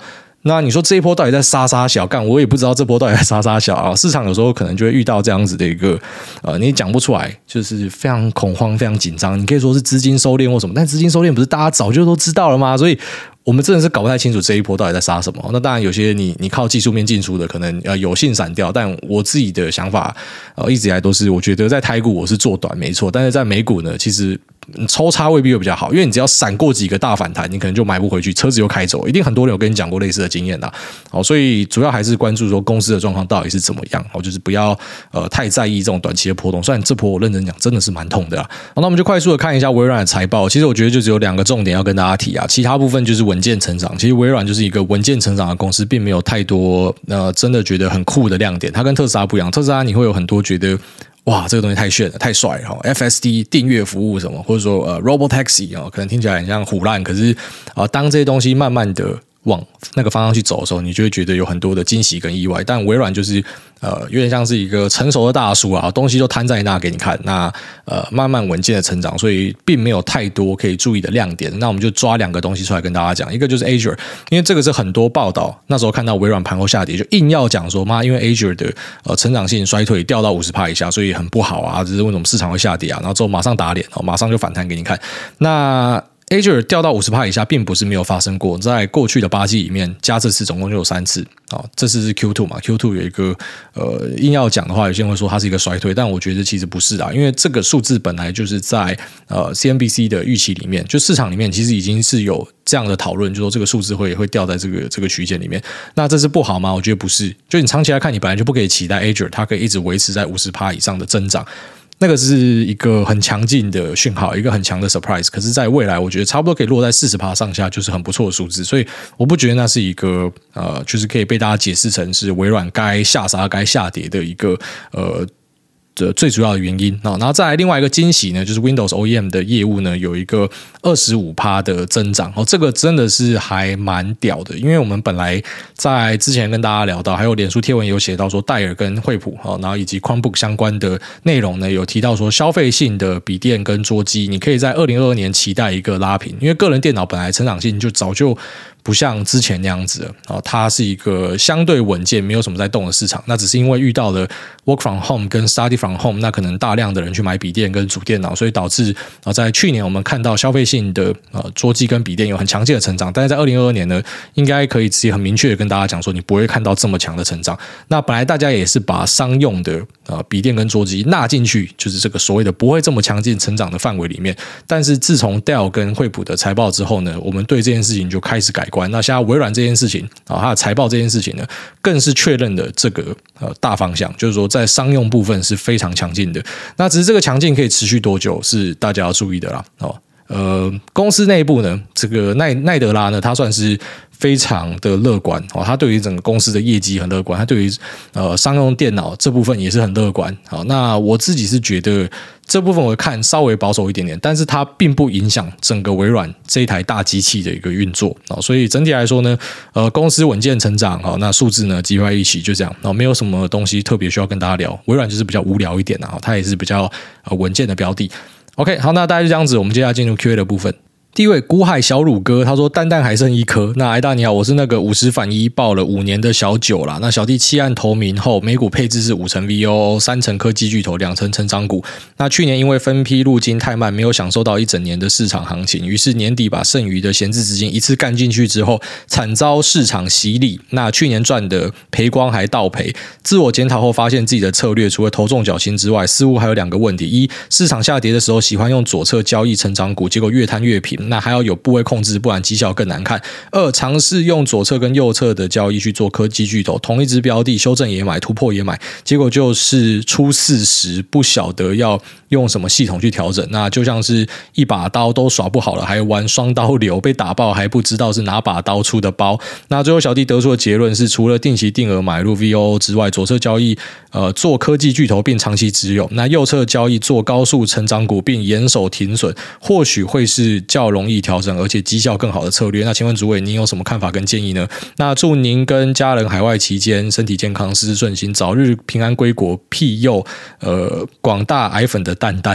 A: 那你说这一波到底在杀杀小干？我也不知道这波到底在杀杀小啊。市场有时候可能就会遇到这样子的一个呃，你讲不出来，就是非常恐慌、非常紧张。你可以说是资金收敛或什么，但资金收敛不是大家早就都知道了吗？所以我们真的是搞不太清楚这一波到底在杀什么。那当然有些你你靠技术面进出的，可能呃有幸闪掉。但我自己的想法呃一直以来都是，我觉得在台股我是做短没错，但是在美股呢，其实抽差未必会比较好，因为你只要闪过几个大反弹，你可能就买不回去，车子又开走。一定很多人有跟你讲过类似的经验啦。好，所以主要还是关注说公司的状况到底是怎么样，好，就是不要呃太在意这种短期的波动。虽然这波我认真讲真的是蛮痛的啦。好，那我们就快速的看一下微软的财报。其实我觉得就只有两个重点要跟大家提啊，其他部分就是稳健成长。其实微软就是一个稳健成长的公司，并没有太多呃真的觉得很酷的亮点。它跟特斯拉不一样，特斯拉你会有很多觉得哇，这个东西太炫了，太帅了 ！F S D 订阅服务什么，或者说呃 Robotaxi 哦，可能听起来很像唬烂，可是啊、呃，当这些东西慢慢的往那个方向去走的时候，你就会觉得有很多的惊喜跟意外。但微软就是呃，有点像是一个成熟的大叔啊，东西都摊在那给你看，那呃慢慢稳健的成长，所以并没有太多可以注意的亮点。那我们就抓两个东西出来跟大家讲，一个就是 Azure， 因为这个是很多报道那时候看到微软盘后下跌，就硬要讲说妈，因为 Azure 的呃成长性衰退掉到 百分之五十 以下，所以很不好啊，只是为什么市场会下跌啊？然后之后马上打脸，马上就反弹给你看。那Azure 掉到 百分之五十 以下并不是没有发生过，在过去的八季里面加这次总共就有三次、哦、这次是 Q 二 嘛 Q 二 有一个呃，硬要讲的话有些人会说它是一个衰退，但我觉得其实不是啊，因为这个数字本来就是在呃 C N B C 的预期里面，就市场里面其实已经是有这样的讨论，就说这个数字会会掉在这个这个区间里面。那这是不好吗？我觉得不是，就你长期来看你本来就不可以期待 Azure 它可以一直维持在 百分之五十 以上的增长，那个是一个很强劲的讯号，一个很强的 surprise。可是，在未来，我觉得差不多可以落在 百分之四十 上下，就是很不错的数字。所以，我不觉得那是一个呃，就是可以被大家解释成是微软该下杀、该下跌的一个呃。的最主要的原因啊，然后再来另外一个惊喜呢，就是 Windows O E M 的业务呢有一个 百分之二十五 的增长哦，这个真的是还蛮屌的，因为我们本来在之前跟大家聊到，还有脸书贴文有写到说戴尔跟惠普哦，然后以及 Chromebook 相关的内容呢，有提到说消费性的笔电跟桌机，你可以在二零二二年期待一个拉平，因为个人电脑本来成长性就早就不像之前那样子了、哦、它是一个相对稳健没有什么在动的市场，那只是因为遇到了 Work from Home 跟 Study from Home， 那可能大量的人去买笔电跟主电脑，所以导致、呃、在去年我们看到消费性的、呃、桌机跟笔电有很强劲的成长，但是在二零二二年呢，应该可以直接很明确的跟大家讲说，你不会看到这么强的成长。那本来大家也是把商用的、呃、笔电跟桌机纳进去，就是这个所谓的不会这么强劲成长的范围里面，但是自从 Dell 跟惠普的财报之后呢，我们对这件事情就开始改观。那现在微软这件事情啊，它的财报这件事情呢，更是确认了这个呃大方向，就是说在商用部分是非常强劲的。那只是这个强劲可以持续多久，是大家要注意的啦。哦，呃，公司内部呢，这个奈奈德拉呢，它算是非常的乐观哦，他对于整个公司的业绩很乐观，他对于呃商用电脑这部分也是很乐观。好，那我自己是觉得这部分我看稍微保守一点点，但是它并不影响整个微软这一台大机器的一个运作。所以整体来说呢，呃，公司稳健成长，好，那数字呢集在一起就这样，没有什么东西特别需要跟大家聊。微软就是比较无聊一点啊，它也是比较呃稳健的标的。OK， 好，那大概就这样子，我们接下来进入 Q A 的部分。第一位孤海小乳哥，他说蛋蛋还剩一颗。那挨大你好，我是那个五十反一报了五年的小九啦。那小弟弃暗投明后，每股配置是五成 V O O， 三成科技巨头，两成成长股。那去年因为分批入金太慢，没有享受到一整年的市场行情，于是年底把剩余的闲置资金一次干进去之后，惨遭市场洗礼。那去年赚的赔光还倒赔。自我检讨后发现自己的策略除了头重脚轻之外，似乎还有两个问题：一，市场下跌的时候喜欢用左侧交易成长股，结果越摊越平。那还要有部位控制，不然绩效更难看。二，尝试用左侧跟右侧的交易去做科技巨头，同一只标的修正也买，突破也买，结果就是出事时不晓得要用什么系统去调整。那就像是一把刀都耍不好了，还玩双刀流，被打爆还不知道是哪把刀出的包。那最后小弟得出的结论是，除了定期定额买入 V O O 之外，左侧交易呃做科技巨头并长期持有，那右侧交易做高速成长股并严守停损，或许会是较容易调整而且绩效更好的策略。那请问主委您有什么看法跟建议呢？那祝您跟家人海外期间身体健康，事事顺心，早日平安归国，庇佑呃广大癌粉的蛋蛋。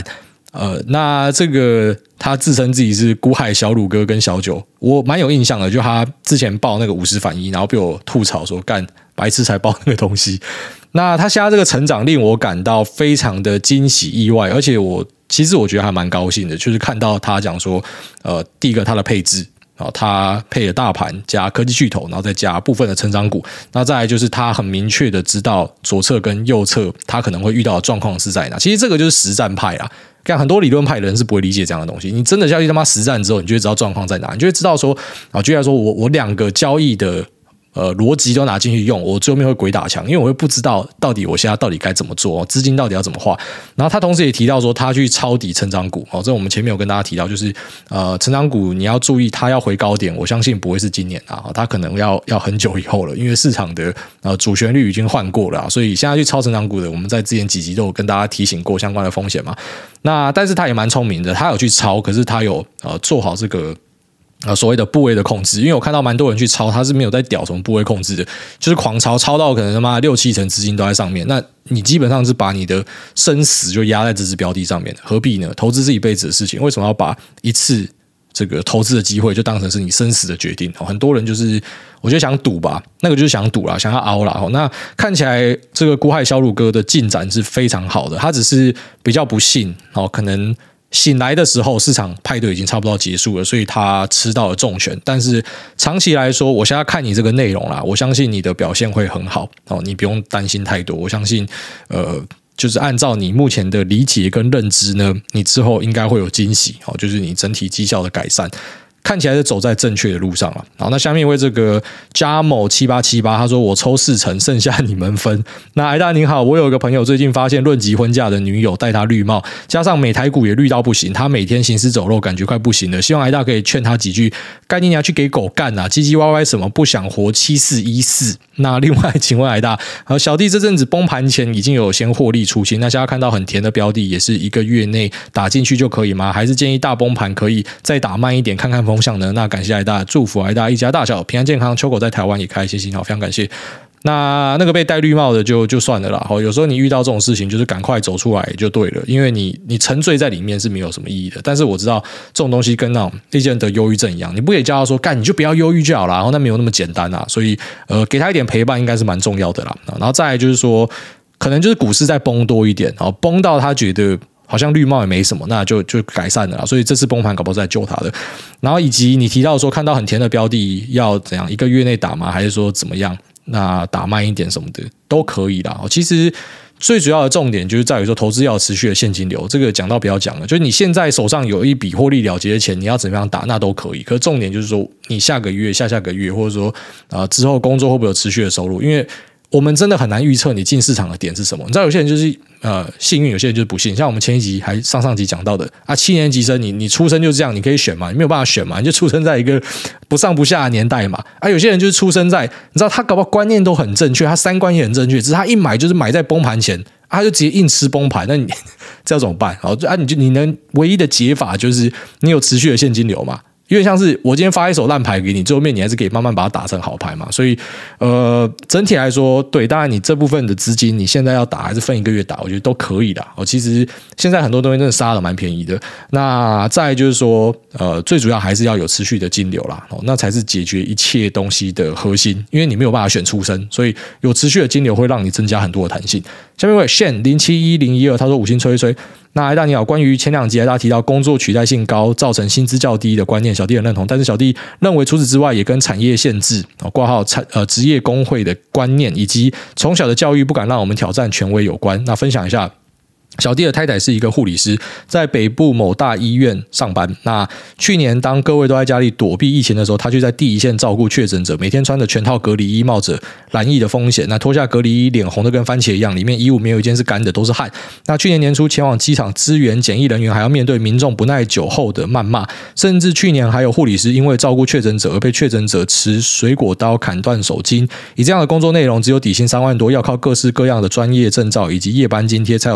A: 呃，那这个他自称自己是股海小鲁哥跟小九，我蛮有印象的，就他之前报那个五十反一，然后被我吐槽说干白痴才报那个东西。那他现在这个成长令我感到非常的惊喜意外，而且我其实我觉得还蛮高兴的，就是看到他讲说，呃，第一个他的配置。他配了大盘加科技巨头，然后再加部分的成长股，那再来就是他很明确的知道左侧跟右侧他可能会遇到的状况是在哪。其实这个就是实战派啦，看很多理论派的人是不会理解这样的东西，你真的下去他妈实战之后，你就会知道状况在哪，你就会知道说，啊，举例来说，我我两个交易的。呃，逻辑都拿进去用，我最后面会鬼打墙，因为我会不知道到底我现在到底该怎么做，资金到底要怎么花。然后他同时也提到说，他去抄底成长股，哦，这我们前面有跟大家提到，就是呃，成长股你要注意，它要回高点，我相信不会是今年啊，它可能要要很久以后了，因为市场的呃主旋律已经换过了，所以现在去抄成长股的，我们在之前几集都有跟大家提醒过相关的风险嘛。那但是他也蛮聪明的，他有去抄，可是他有呃做好这个。呃，所谓的部位的控制，因为我看到蛮多人去抄，他是没有在屌什么部位控制的，就是狂抄，抄到可能他妈六七成资金都在上面，那你基本上是把你的生死就压在这只标的上面，何必呢？投资是一辈子的事情，为什么要把一次这个投资的机会就当成是你生死的决定？很多人就是我觉得想赌吧，那个就是想赌啦，想要凹啦。那看起来这个股海小鲁哥的进展是非常好的，他只是比较不幸，可能。醒来的时候，市场派对已经差不多结束了，所以他吃到了重拳。但是长期来说，我现在看你这个内容啦，我相信你的表现会很好哦，你不用担心太多。我相信，呃，就是按照你目前的理解跟认知呢，你之后应该会有惊喜哦，就是你整体绩效的改善。看起来是走在正确的路上了。好，那下面一位这个加某七八七八，他说我抽四成，剩下你们分。那艾大您好，我有一个朋友最近发现论及婚嫁的女友戴他绿帽，加上美台股也绿到不行，他每天行尸走肉，感觉快不行了。希望艾大可以劝他几句，该你要去给狗干啊，唧唧歪歪什么不想活七四一四。那另外，请问艾大，小弟这阵子崩盘前已经有先获利出清，那现在看到很甜的标的，也是一个月内打进去就可以吗？还是建议大崩盘可以再打慢一点，看看风向呢？那感谢艾大，祝福艾大一家大小平安健康，秋狗在台湾也开心心，好，非常感谢。那那个被戴绿帽的就就算了啦，有时候你遇到这种事情，就是赶快走出来就对了，因为你你沉醉在里面是没有什么意义的。但是我知道这种东西跟那种一些人得忧郁症一样，你不可以叫他说干你就不要忧郁就好啦，然后那没有那么简单啊，所以呃给他一点陪伴应该是蛮重要的啦。然后再来就是说，可能就是股市再崩多一点，崩到他觉得。好像绿帽也没什么，那就就改善了啦，所以这次崩盘搞不好是在救他的。然后以及你提到说看到很甜的标的要怎样一个月内打吗？还是说怎么样？那打慢一点什么的都可以啦。其实最主要的重点就是在于说投资要有持续的现金流，这个讲到不要讲了，就是你现在手上有一笔获利了结的钱，你要怎么样打那都可以。可是重点就是说你下个月、下下个月，或者说呃之后工作会不会有持续的收入？因为我们真的很难预测你进市场的点是什么。你知道有些人就是呃幸运，有些人就是不幸。像我们前一集还上上集讲到的啊，七年级生你你出生就这样，你可以选嘛？你没有办法选嘛？你就出生在一个不上不下的年代嘛。啊，有些人就是出生在你知道他搞不好观念都很正确，他三观也很正确，只是他一买就是买在崩盘前，啊、他就直接硬吃崩盘。那你这要怎么办？好啊，你就你能唯一的解法就是你有持续的现金流嘛。有点像是我今天发一手烂牌给你，最后面你还是可以慢慢把它打成好牌嘛。所以，呃，整体来说，对，当然你这部分的资金，你现在要打还是分一个月打，我觉得都可以啦。哦，其实现在很多东西真的杀的蛮便宜的。那再来就是说，呃，最主要还是要有持续的金流啦，哦，那才是解决一切东西的核心。因为你没有办法选出身，所以有持续的金流会让你增加很多的弹性。下面一位 Shen 零七一零一二，他说五星吹一吹。那艾大你好，关于前两集艾大提到工作取代性高造成薪资较低的观念，小弟很认同，但是小弟认为除此之外也跟产业限制、挂号产呃职业工会的观念以及从小的教育不敢让我们挑战权威有关。那分享一下。小弟的太太是一个护理师，在北部某大医院上班。那去年当各位都在家里躲避疫情的时候，他就在第一线照顾确诊者，每天穿着全套隔离衣，冒着染疫的风险。那脱下隔离衣，脸红的跟番茄一样，里面衣物没有一件是干的，都是汗。那去年年初前往机场支援检疫人员，还要面对民众不耐酒后的谩骂，甚至去年还有护理师因为照顾确诊者而被确诊者持水果刀砍断手筋。以这样的工作内容，只有底薪三万多，要靠各式各样的专业证照以及夜班津贴才有机会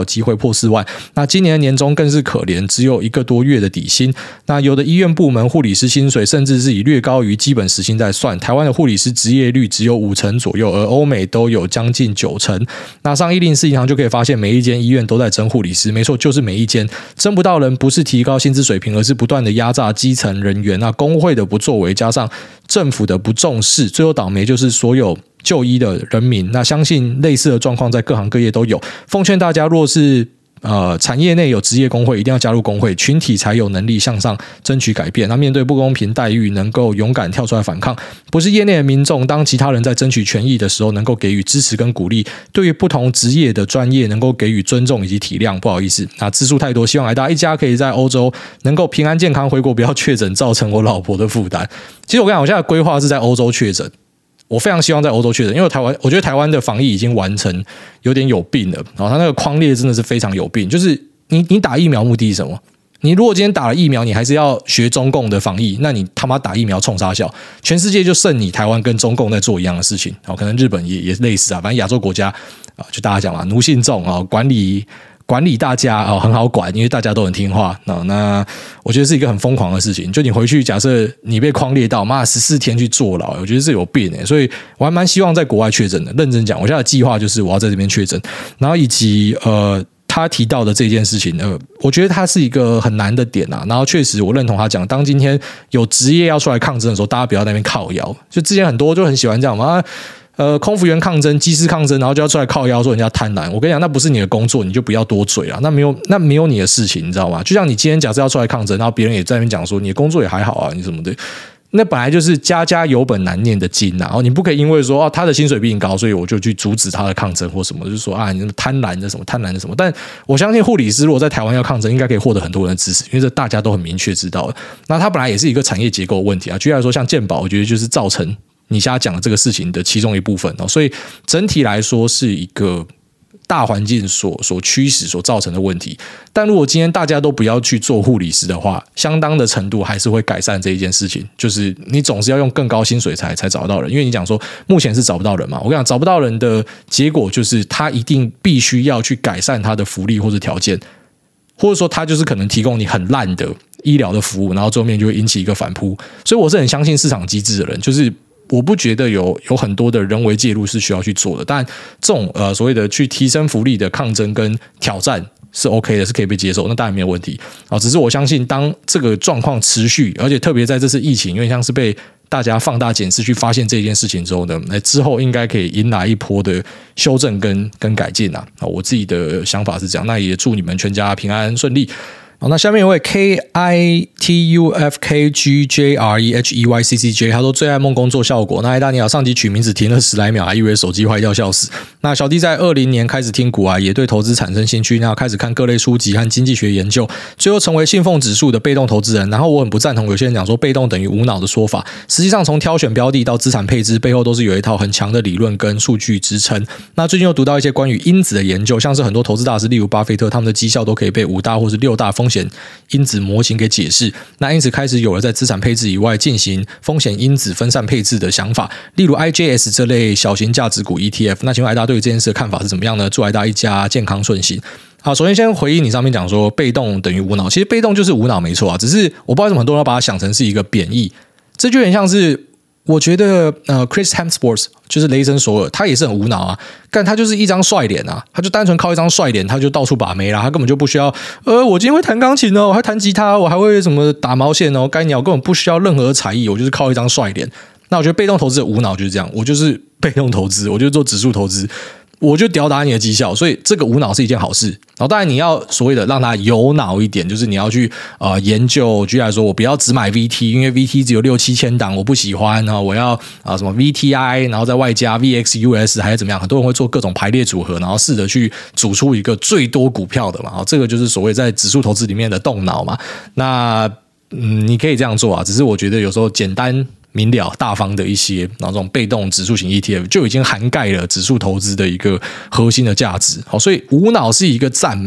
A: 破四万。那今年的年终更是可怜，只有一个多月的底薪。那有的医院部门护理师薪水甚至是以略高于基本时薪在算。台湾的护理师职业率只有五成左右，而欧美都有将近九成。那上一零四银行就可以发现，每一间医院都在争护理师，没错，就是每一间争不到人，不是提高薪资水平，而是不断的压榨基层人员。那工会的不作为，加上政府的不重视，最后倒霉就是所有就医的人民。那相信类似的状况在各行各业都有。奉劝大家，若是呃，产业内有职业工会，一定要加入工会，群体才有能力向上争取改变。那面对不公平待遇，能够勇敢跳出来反抗，不是业内的民众，当其他人在争取权益的时候，能够给予支持跟鼓励。对于不同职业的专业，能够给予尊重以及体谅。不好意思，那字数太多，希望来大家一家可以在欧洲能够平安健康回国，不要确诊，造成我老婆的负担。其实我跟你讲，我现在的规划是在欧洲确诊。我非常希望在欧洲确诊，因为台湾，我觉得台湾的防疫已经完成，有点有病了。然后他那个匡列真的是非常有病，就是你你打疫苗目的是什么？你如果今天打了疫苗，你还是要学中共的防疫，那你他妈打疫苗冲啥小？全世界就剩你台湾跟中共在做一样的事情。然后可能日本也也类似啊，反正亚洲国家啊，就大家讲嘛，奴性重啊，管理。管理大家哦，很好管，因为大家都很听话。那那我觉得是一个很疯狂的事情。就你回去，假设你被匡列到，妈十四天去坐牢，我觉得是有病诶。所以我还蛮希望在国外确诊的。认真讲，我现在的计划就是我要在这边确诊，然后以及呃。他提到的这件事情，呃，我觉得他是一个很难的点啊。然后确实，我认同他讲，当今天有职业要出来抗争的时候，大家不要在那边靠腰。就之前很多就很喜欢这样嘛。呃，空服员抗争，机师抗争，然后就要出来靠腰说人家贪婪。我跟你讲，那不是你的工作，你就不要多嘴啊。那没有，那没有你的事情，你知道吗？就像你今天假设要出来抗争，然后别人也在那边讲说你的工作也还好啊，你什么的。那本来就是家家有本难念的经啊，然后你不可以因为说哦他的薪水比你高，所以我就去阻止他的抗争或什么，就是说啊你什么贪婪的什么贪婪的什么。但我相信护理师如果在台湾要抗争，应该可以获得很多人的支持，因为这大家都很明确知道的。那它本来也是一个产业结构的问题啊。举例来说，像健保，我觉得就是造成你现在讲的这个事情的其中一部分哦。所以整体来说是一个大环境所所驱使所造成的问题。但如果今天大家都不要去做护理师的话，相当的程度还是会改善这一件事情。就是你总是要用更高薪水才才找到人，因为你讲说目前是找不到人嘛。我跟你讲，找不到人的结果就是他一定必须要去改善他的福利或者条件，或者说他就是可能提供你很烂的医疗的服务，然后最后面就会引起一个反扑。所以我是很相信市场机制的人，就是我不觉得有有很多的人为介入是需要去做的，但这种呃所谓的去提升福利的抗争跟挑战是 OK 的，是可以被接受，那当然没有问题啊。只是我相信，当这个状况持续，而且特别在这次疫情，因为像是被大家放大检视去发现这件事情之后呢，之后应该可以迎来一波的修正跟跟改进啊。我自己的想法是这样，那也祝你们全家平安顺利。好，那下面有位 K I T U F K G J R E H E Y C C J， 他说最爱梦工做效果。那艾大你好，上集取名字停了十来秒，还以为手机坏掉笑死。那小弟在二零年开始听股癌，也对投资产生兴趣，那开始看各类书籍和经济学研究，最后成为信奉指数的被动投资人。然后我很不赞同有些人讲说被动等于无脑的说法，实际上从挑选标的到资产配置背后都是有一套很强的理论跟数据支撑。那最近又读到一些关于因子的研究，像是很多投资大师例如巴菲特，他们的绩效都可以被五大或是六大风险因子模型给解释，那因此开始有了在资产配置以外进行风险因子分散配置的想法，例如 I J S 这类小型价值股 E T F。 那请问艾大对于这件事的看法是怎么样呢？祝艾大一家健康顺心。好，首先先回应你上面讲说被动等于无脑，其实被动就是无脑没错啊，只是我不知道为什么很多人要把它想成是一个贬义，这就有点像是我觉得呃 Chris Hemsworth 就是雷神索尔，他也是很无脑啊，但他就是一张帅脸啊，他就单纯靠一张帅脸，他就到处把妹啦，他根本就不需要呃我今天会弹钢琴哦，我还弹吉他，我还会什么打毛线哦，该鸟根本不需要任何才艺，我就是靠一张帅脸。那我觉得被动投资的无脑就是这样，我就是被动投资，我就是做指数投资，我就吊打你的绩效，所以这个无脑是一件好事。然后当然你要所谓的让它有脑一点，就是你要去呃研究，举例来说，我不要只买 V T， 因为 V T 只有六七千档，我不喜欢。然后我要啊、呃、什么 V T I， 然后再外加 V X U S 还是怎么样，很多人会做各种排列组合，然后试着去组出一个最多股票的嘛。然后这个就是所谓在指数投资里面的动脑嘛。那嗯，你可以这样做啊，只是我觉得有时候简单明了大方的一些，然后这种被动指数型 E T F 就已经涵盖了指数投资的一个核心的价值。好，所以无脑是一个赞美，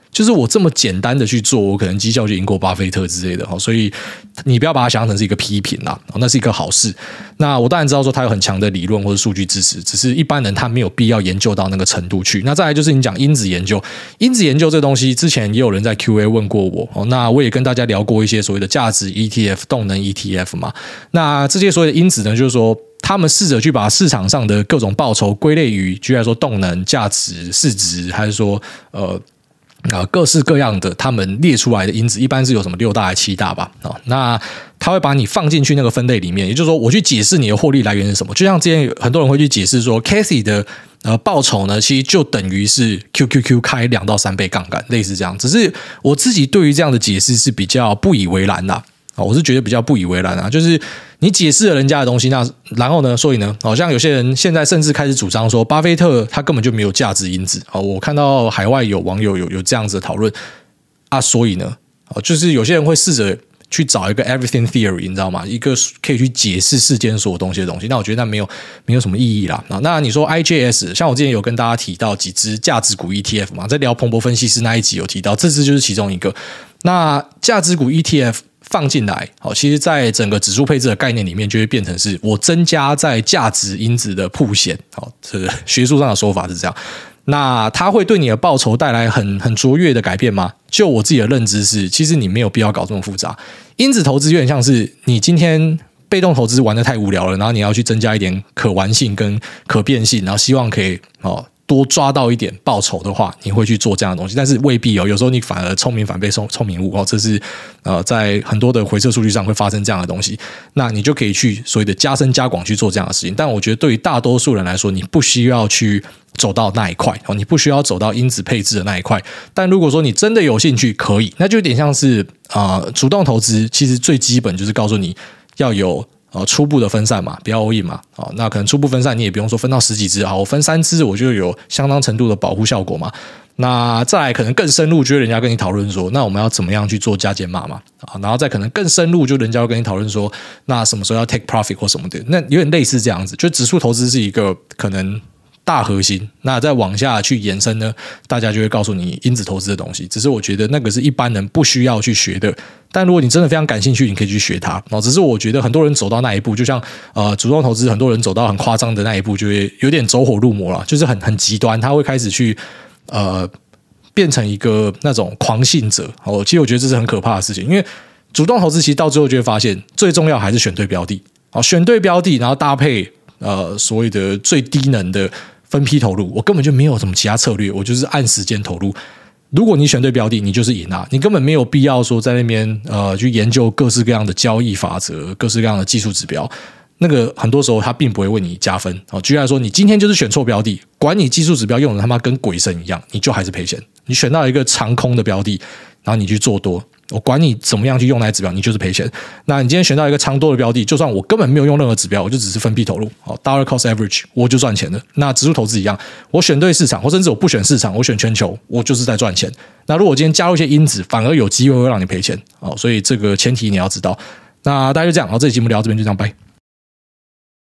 A: 就是我这么简单的去做，我可能绩效就赢过巴菲特之类的，所以你不要把它想成是一个批评啦，那是一个好事。那我当然知道说它有很强的理论或者数据支持，只是一般人他没有必要研究到那个程度去。那再来就是你讲因子研究，因子研究这个东西之前也有人在 Q A 问过我，那我也跟大家聊过一些所谓的价值 E T F、动能 E T F 嘛。那这些所谓的因子呢，就是说他们试着去把市场上的各种报酬归类于，举例来说动能、价值、市值，还是说呃。呃，各式各样的他们列出来的因子，一般是有什么六大还七大吧？哦，那他会把你放进去那个分类里面，也就是说，我去解释你的获利来源是什么。就像之前很多人会去解释说 ，Cathy 的呃报酬呢，其实就等于是 Q Q Q 开两到三倍杠杆，类似这样。只是我自己对于这样的解释是比较不以为然的。我是觉得比较不以为然啊，就是你解释了人家的东西，那然后呢，所以呢，好像有些人现在甚至开始主张说，巴菲特他根本就没有价值因子。我看到海外有网友有有这样子的讨论啊，所以呢，就是有些人会试着去找一个 everything theory， 你知道吗？一个可以去解释世间所有东西的东西。那我觉得那没有没有什么意义啦。那你说 I J S， 像我之前有跟大家提到几只价值股 E T F 嘛，在聊彭博分析师那一集有提到，这只就是其中一个。那价值股 E T F。放进来，好，其实在整个指数配置的概念里面，就会变成是我增加在价值因子的曝险，好，这个学术上的说法是这样。那它会对你的报酬带来很很卓越的改变吗？就我自己的认知是，其实你没有必要搞这么复杂。因子投资有点像是你今天被动投资玩得太无聊了，然后你要去增加一点可玩性跟可变性，然后希望可以哦。多抓到一点报酬的话，你会去做这样的东西，但是未必哦。有时候你反而聪明反被聪聪明误哦，这是呃在很多的回测数据上会发生这样的东西。那你就可以去所谓的加深加广去做这样的事情。但我觉得对于大多数人来说，你不需要去走到那一块哦，你不需要走到因子配置的那一块。但如果说你真的有兴趣，可以，那就有点像是啊、呃，主动投资，其实最基本就是告诉你要有。呃，初步的分散嘛，不要 all in 嘛，哦，那可能初步分散你也不用说分到十几只，好，我分三只，我就有相当程度的保护效果嘛。那再来可能更深入，就是人家跟你讨论说，那我们要怎么样去做加减码嘛，啊，然后再可能更深入，就人家会跟你讨论说，那什么时候要 take profit 或什么的，那有点类似这样子，就指数投资是一个可能。大核心，那再往下去延伸呢，大家就会告诉你因子投资的东西。只是我觉得那个是一般人不需要去学的，但如果你真的非常感兴趣，你可以去学它。只是我觉得很多人走到那一步，就像呃主动投资，很多人走到很夸张的那一步，就会有点走火入魔了，就是很很极端，他会开始去呃变成一个那种狂信者。哦，其实我觉得这是很可怕的事情，因为主动投资其实到最后就会发现，最重要还是选对标的。好，选对标的，然后搭配呃所谓的最低能的。分批投入，我根本就没有什么其他策略，我就是按时间投入。如果你选对标的，你就是赢啊！你根本没有必要说在那边呃去研究各式各样的交易法则、各式各样的技术指标。那个很多时候它并不会为你加分。哦，举例来说，你今天就是选错标的，管你技术指标用的他妈跟鬼神一样，你就还是赔钱。你选到一个长空的标的，然后你去做多。我管你怎么样去用那些指标，你就是赔钱。那你今天选到一个长多的标的，就算我根本没有用任何指标，我就只是分批投入，好 ，dollar cost average， 我就赚钱了。那指数投资一样，我选对市场，或甚至我不选市场，我选全球，我就是在赚钱。那如果我今天加入一些因子，反而有机会会让你赔钱，好，所以这个前提你要知道。那大家就这样，好，这期节目聊到这边就这样，拜。